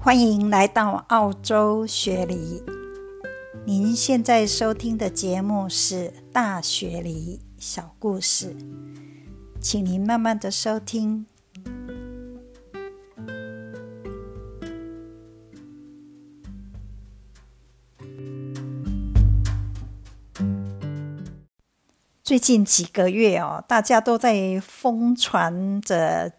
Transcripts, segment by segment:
欢迎来到澳洲雪梨。您现在收听的节目是大雪梨小故事，请您慢慢的收听。最近几个月大家都在疯传着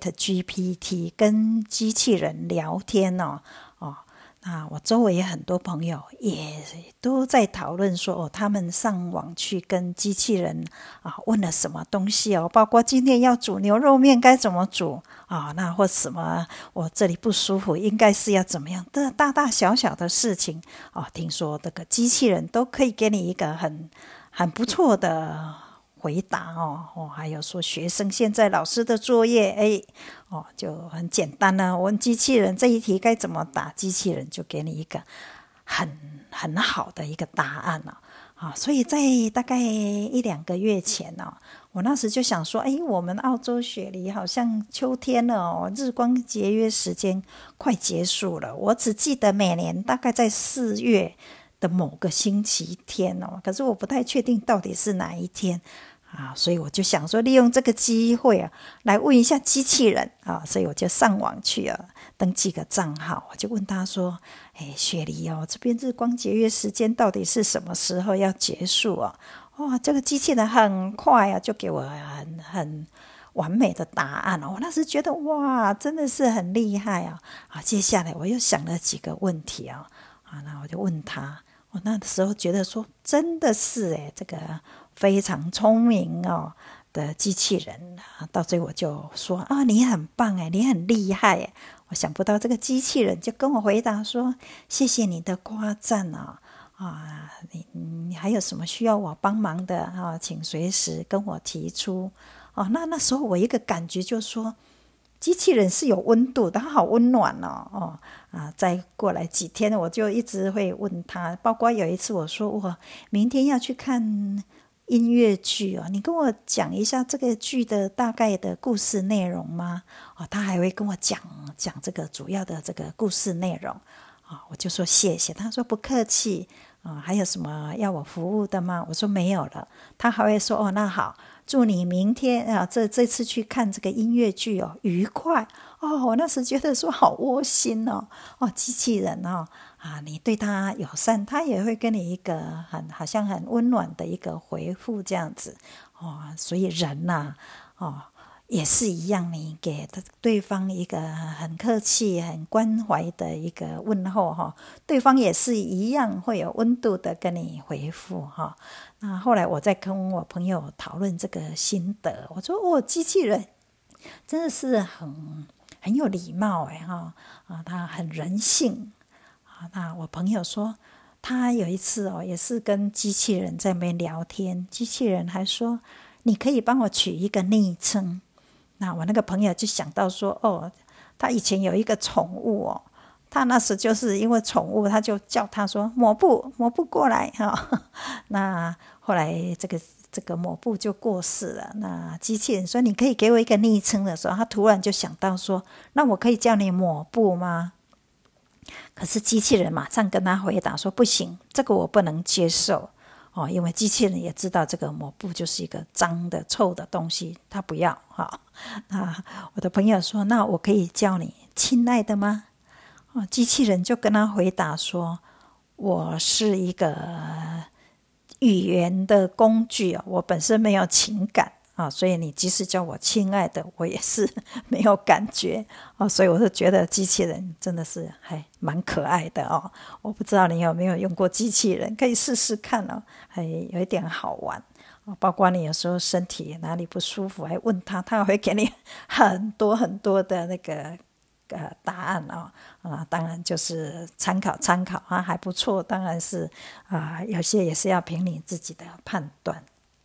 ChatGPT 跟机器人聊天那我周围很多朋友也都在讨论说他们上网去跟机器人问了什么东西包括今天要煮牛肉面该怎么煮那或什么我这里不舒服应该是要怎么样的大大小小的事情听说这个机器人都可以给你一个很不错的回答还有说学生现在老师的作业就很简单了，问机器人这一题该怎么答，机器人就给你一个很好的一个答案所以在大概1-2个月前我那时就想说我们澳洲雪梨好像秋天了日光节约时间快结束了，我只记得每年大概在4月的某个星期天可是我不太确定到底是哪一天所以我就想说利用这个机会来问一下机器人所以我就上网去登记个账号，我就问他说雪梨这边日光节约时间到底是什么时候要结束这个机器人很快就给我很完美的答案我那时觉得哇真的是很厉害接下来我又想了几个问题那我就问他我那时候觉得说真的是这个非常聪明的机器人到最后我就说你很棒你很厉害我想不到这个机器人就跟我回答说谢谢你的夸赞你还有什么需要我帮忙的请随时跟我提出那时候我一个感觉就是说机器人是有温度的，它好温暖再过来几天我就一直会问他，包括有一次我说我明天要去看音乐剧你跟我讲一下这个剧的大概的故事内容吗他还会跟我讲这个主要的这个故事内容我就说谢谢，他说不客气还有什么要我服务的吗？我说没有了，他还会说那好，祝你明天这次去看这个音乐剧愉快我那时觉得说好窝心机器人你对他友善，他也会跟你一个好像很温暖的一个回复这样子所以人也是一样，你给对方一个很客气很关怀的一个问候对方也是一样会有温度的跟你回复那后来我在跟我朋友讨论这个心得，我说机器人真的是很有礼貌他很人性那我朋友说他有一次也是跟机器人在那边聊天，机器人还说你可以帮我取一个昵称，那我那个朋友就想到说他以前有一个宠物他那时就是因为宠物他就叫他说抹布过来那后来这个抹布就过世了，那机器人说你可以给我一个昵称的时候，他突然就想到说那我可以叫你抹布吗？可是机器人马上跟他回答说不行，这个我不能接受因为机器人也知道这个抹布就是一个脏的臭的东西，他不要那我的朋友说那我可以叫你亲爱的吗？机器人就跟他回答说我是一个语言的工具我本身没有情感所以你即使叫我亲爱的我也是没有感觉所以我是觉得机器人真的是还蛮可爱的我不知道你有没有用过机器人，可以试试看还有一点好玩包括你有时候身体哪里不舒服还问他，他会给你很多很多的那个答案当然就是参考还不错，当然是有些也是要凭你自己的判断。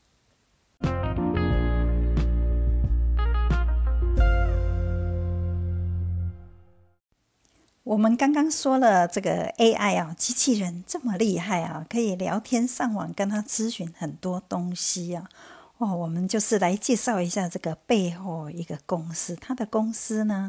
我们刚刚说了这个 AI 机器人这么厉害可以聊天上网跟他咨询很多东西我们就是来介绍一下这个背后一个公司，他的公司呢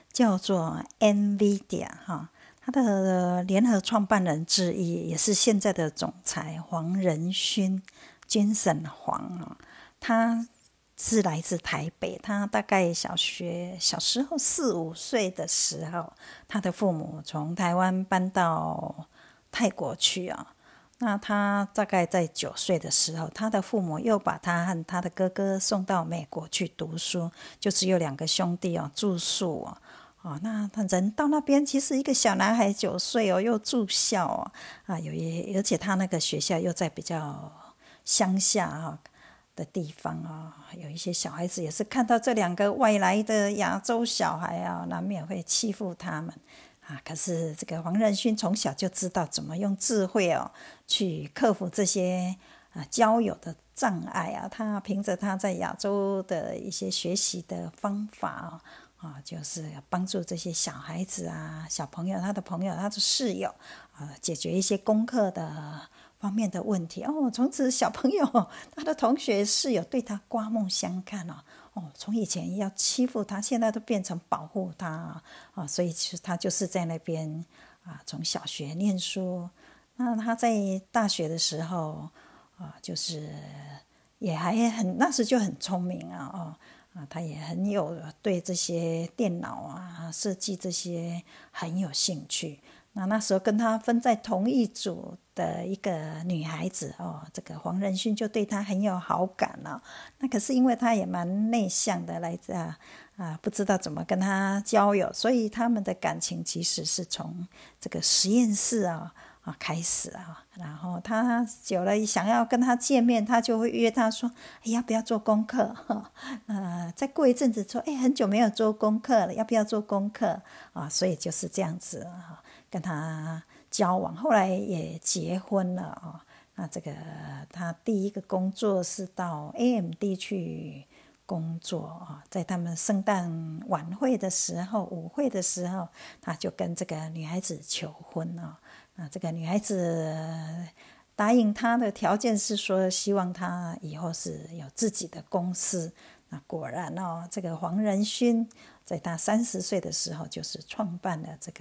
叫做 NVIDIA 哈，它的联合创办人之一，也是现在的总裁黄仁勋 Jensen 黄他是来自台北，他大概小时候4、5岁的时候，他的父母从台湾搬到泰国去那他大概在9岁的时候，他的父母又把他和他的哥哥送到美国去读书，就只有2个兄弟住宿那他人到那边，其实一个小男孩9岁又住校而且他那个学校又在比较乡下的地方有一些小孩子也是看到这2个外来的亚洲小孩难免会欺负他们可是这个黄仁勋从小就知道怎么用智慧去克服这些交友的障碍他凭着他在亚洲的一些学习的方法就是帮助这些小孩子小朋友，他的朋友，他的室友解决一些功课的方面的问题从此小朋友他的同学室友对他刮目相看从以前要欺负他，现在都变成保护他所以其实他就是在那边从小学念书。那他在大学的时候就是也还那时就很聪明他也很有对这些电脑设计这些很有兴趣。那时候跟他分在同一组的一个女孩子这个黄仁勋就对他很有好感那可是因为他也蛮内向的，来自不知道怎么跟他交友，所以他们的感情其实是从这个实验室开始然后他久了想要跟他见面，他就会约他说要不要做功课再过一阵子说很久没有做功课了，要不要做功课所以就是这样子跟他交往，后来也结婚了那这个他第一个工作是到 AMD 去工作在他们圣诞晚会的时候，舞会的时候，他就跟这个女孩子求婚那这个女孩子答应他的条件是说希望他以后是有自己的公司。那果然这个黄仁勋在他30岁的时候就是创办了这个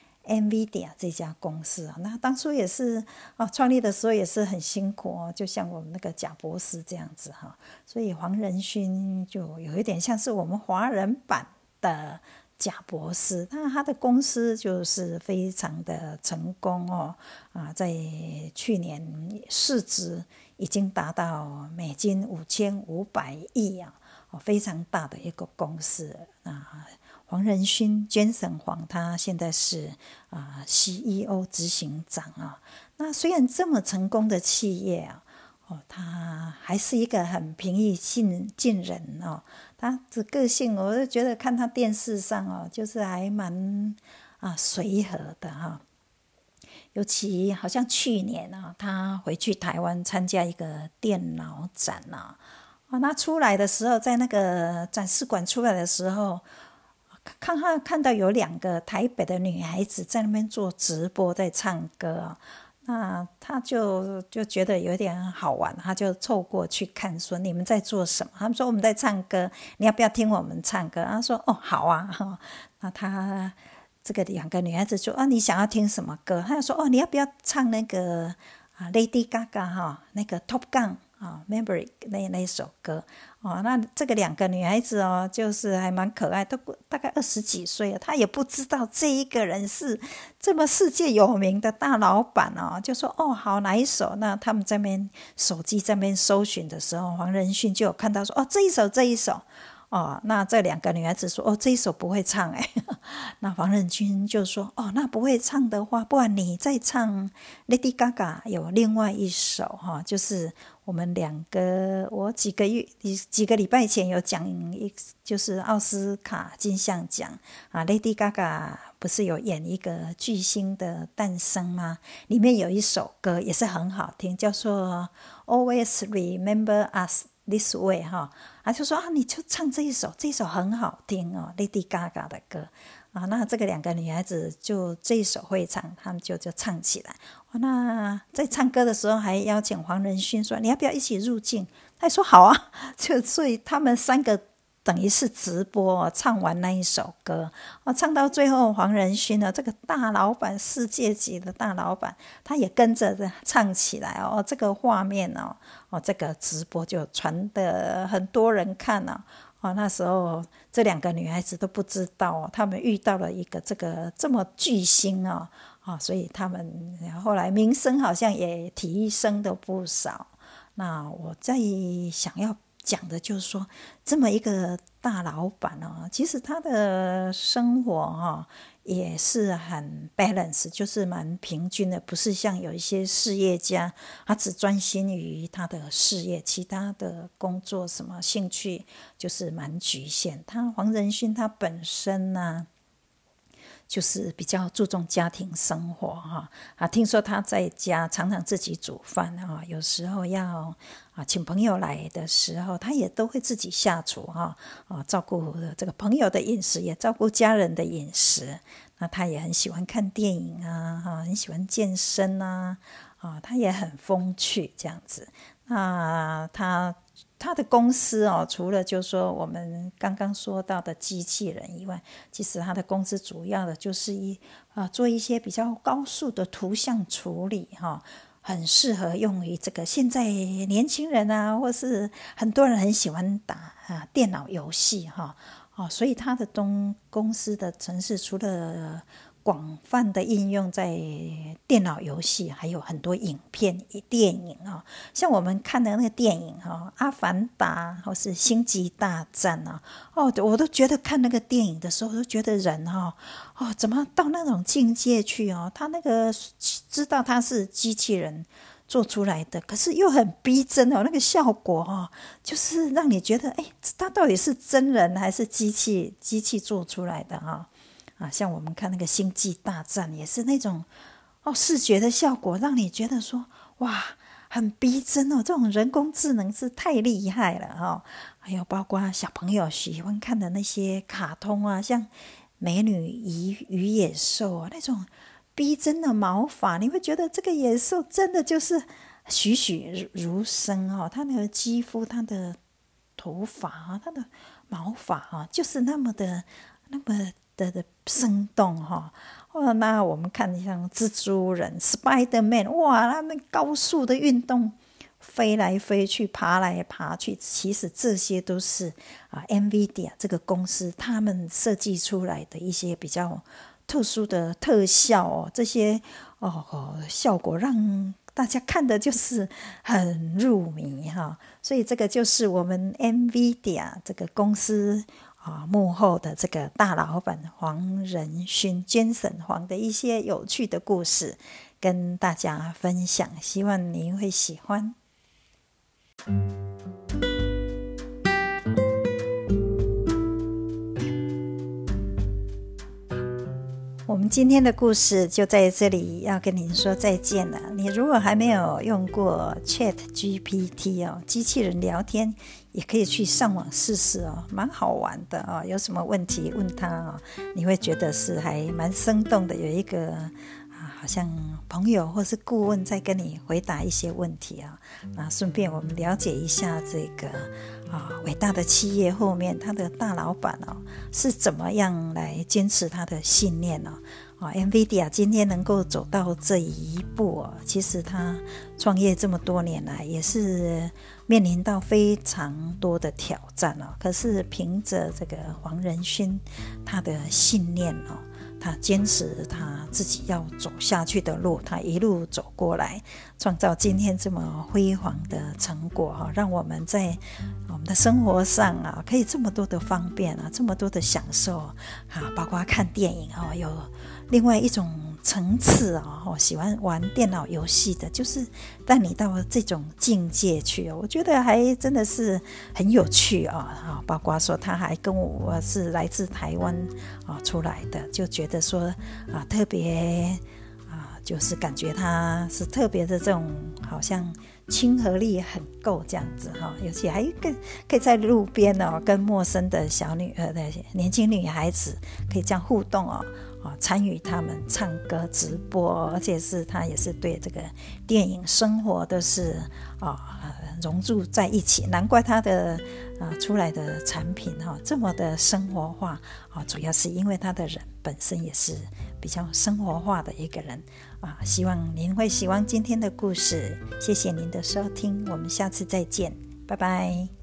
NVIDIA 这家公司那当初也是创立的时候也是很辛苦就像我们那个贾伯斯这样子所以黄仁勋就有一点像是我们华人版的贾伯斯。那他的公司就是非常的成功在去年市值已经达到美金5500亿非常大的一个公司黄仁勋 Jensen 黄他现在是CEO 执行长那虽然这么成功的企业他还是一个很平易近人他的个性我就觉得看他电视上就是还蛮随和的尤其好像去年他回去台湾参加一个电脑展那出来的时候在那个展示馆出来的时候看到有2个台北的女孩子在那边做直播在唱歌那他就觉得有点好玩，他就凑过去看说你们在做什么，他们说我们在唱歌，你要不要听我们唱歌，他说好那他这个2个女孩子说你想要听什么歌，他就说你要不要唱那个Lady Gaga 那个 Top Gun Maverick 那一首歌那这个2个女孩子就是还蛮可爱，都大概20几岁了，她也不知道这一个人是这么世界有名的大老板就说好哪一首。那他们在那边手机在那边搜寻的时候，黄仁勋就有看到说这一首那这2个女孩子说这一首不会唱那黄仁勋就说那不会唱的话，不然你再唱 Lady Gaga 有另外一首就是我们我几个礼拜前有讲就是奥斯卡金像奖Lady Gaga 不是有演一个巨星的诞生吗？里面有一首歌也是很好听，叫做 Always Remember Us This Way 就说你就唱这一首很好听Lady Gaga 的歌那这个2个女孩子就这一首会唱，她们就唱起来那在唱歌的时候还邀请黄仁勋说你要不要一起入镜，他说好就所以他们3个等于是直播唱完那一首歌唱到最后，黄仁勋这个大老板，世界级的大老板，他也跟着唱起来这个画面这个直播就传得很多人看那时候这2个女孩子都不知道她们遇到了一个这么巨星所以他们后来名声好像也提升的不少。那我在想要讲的就是说，这么一个大老板其实他的生活也是很 balance， 就是蛮平均的，不是像有一些事业家他只专心于他的事业，其他的工作什么兴趣就是蛮局限。黄仁勋他本身呢就是比较注重家庭生活听说他在家常常自己煮饭有时候要请朋友来的时候，他也都会自己下厨照顾这个朋友的饮食，也照顾家人的饮食。那他也很喜欢看电影很喜欢健身他也很风趣这样子。那他的公司除了就是说我们刚刚说到的机器人以外，其实他的公司主要的就是做一些比较高速的图像处理很适合用于这个现在年轻人或是很多人很喜欢打电脑游戏所以他的公司的程式除了广泛的应用在电脑游戏，还有很多影片电影像我们看的那个电影阿凡达或是星际大战我都觉得看那个电影的时候都觉得人怎么到那种境界去他那个知道他是机器人做出来的，可是又很逼真那个效果就是让你觉得他到底是真人还是机器做出来的像我们看那个星际大战也是那种视觉的效果让你觉得说哇很逼真这种人工智能是太厉害了还有包括小朋友喜欢看的那些卡通像美女与野兽那种逼真的毛发，你会觉得这个野兽真的就是栩栩如生它的肌肤，它的头发它的毛发就是那么的生动那我们看像蜘蛛人 Spider-Man 哇，他们高速的运动，飞来飞去，爬来爬去，其实这些都是NVIDIA 这个公司他们设计出来的一些比较特殊的特效这些效果让大家看的就是很入迷所以这个就是我们 NVIDIA 这个公司幕后的这个大老板黄仁勋Jensen黄的一些有趣的故事跟大家分享，希望您会喜欢。我们今天的故事就在这里要跟您说再见了。你如果还没有用过 ChatGPT 机器人聊天，也可以去上网试试蛮好玩的有什么问题问他你会觉得是还蛮生动的，有一个好像朋友或是顾问在跟你回答一些问题那顺便我们了解一下这个伟大的企业后面他的大老板是怎么样来坚持他的信念NVIDIA 今天能够走到这一步其实他创业这么多年来也是面临到非常多的挑战可是凭着这个黄仁勋他的信念他坚持他自己要走下去的路，他一路走过来，创造今天这么辉煌的成果让我们在我们的生活上可以这么多的方便这么多的享受包括看电影有另外一种层次喜欢玩电脑游戏的，就是带你到这种境界去我觉得还真的是很有趣包括说他还跟我是来自台湾出来的，就觉得说特别就是感觉他是特别的这种好像亲和力很够这样子尤其还可以在路边跟陌生的年轻女孩子可以这样互动参与他们唱歌直播，而且他也是对这个电影生活都是融入在一起，难怪他的出来的产品这么的生活化主要是因为他的人本身也是比较生活化的一个人希望您会喜欢今天的故事，谢谢您的收听，我们下次再见，拜拜。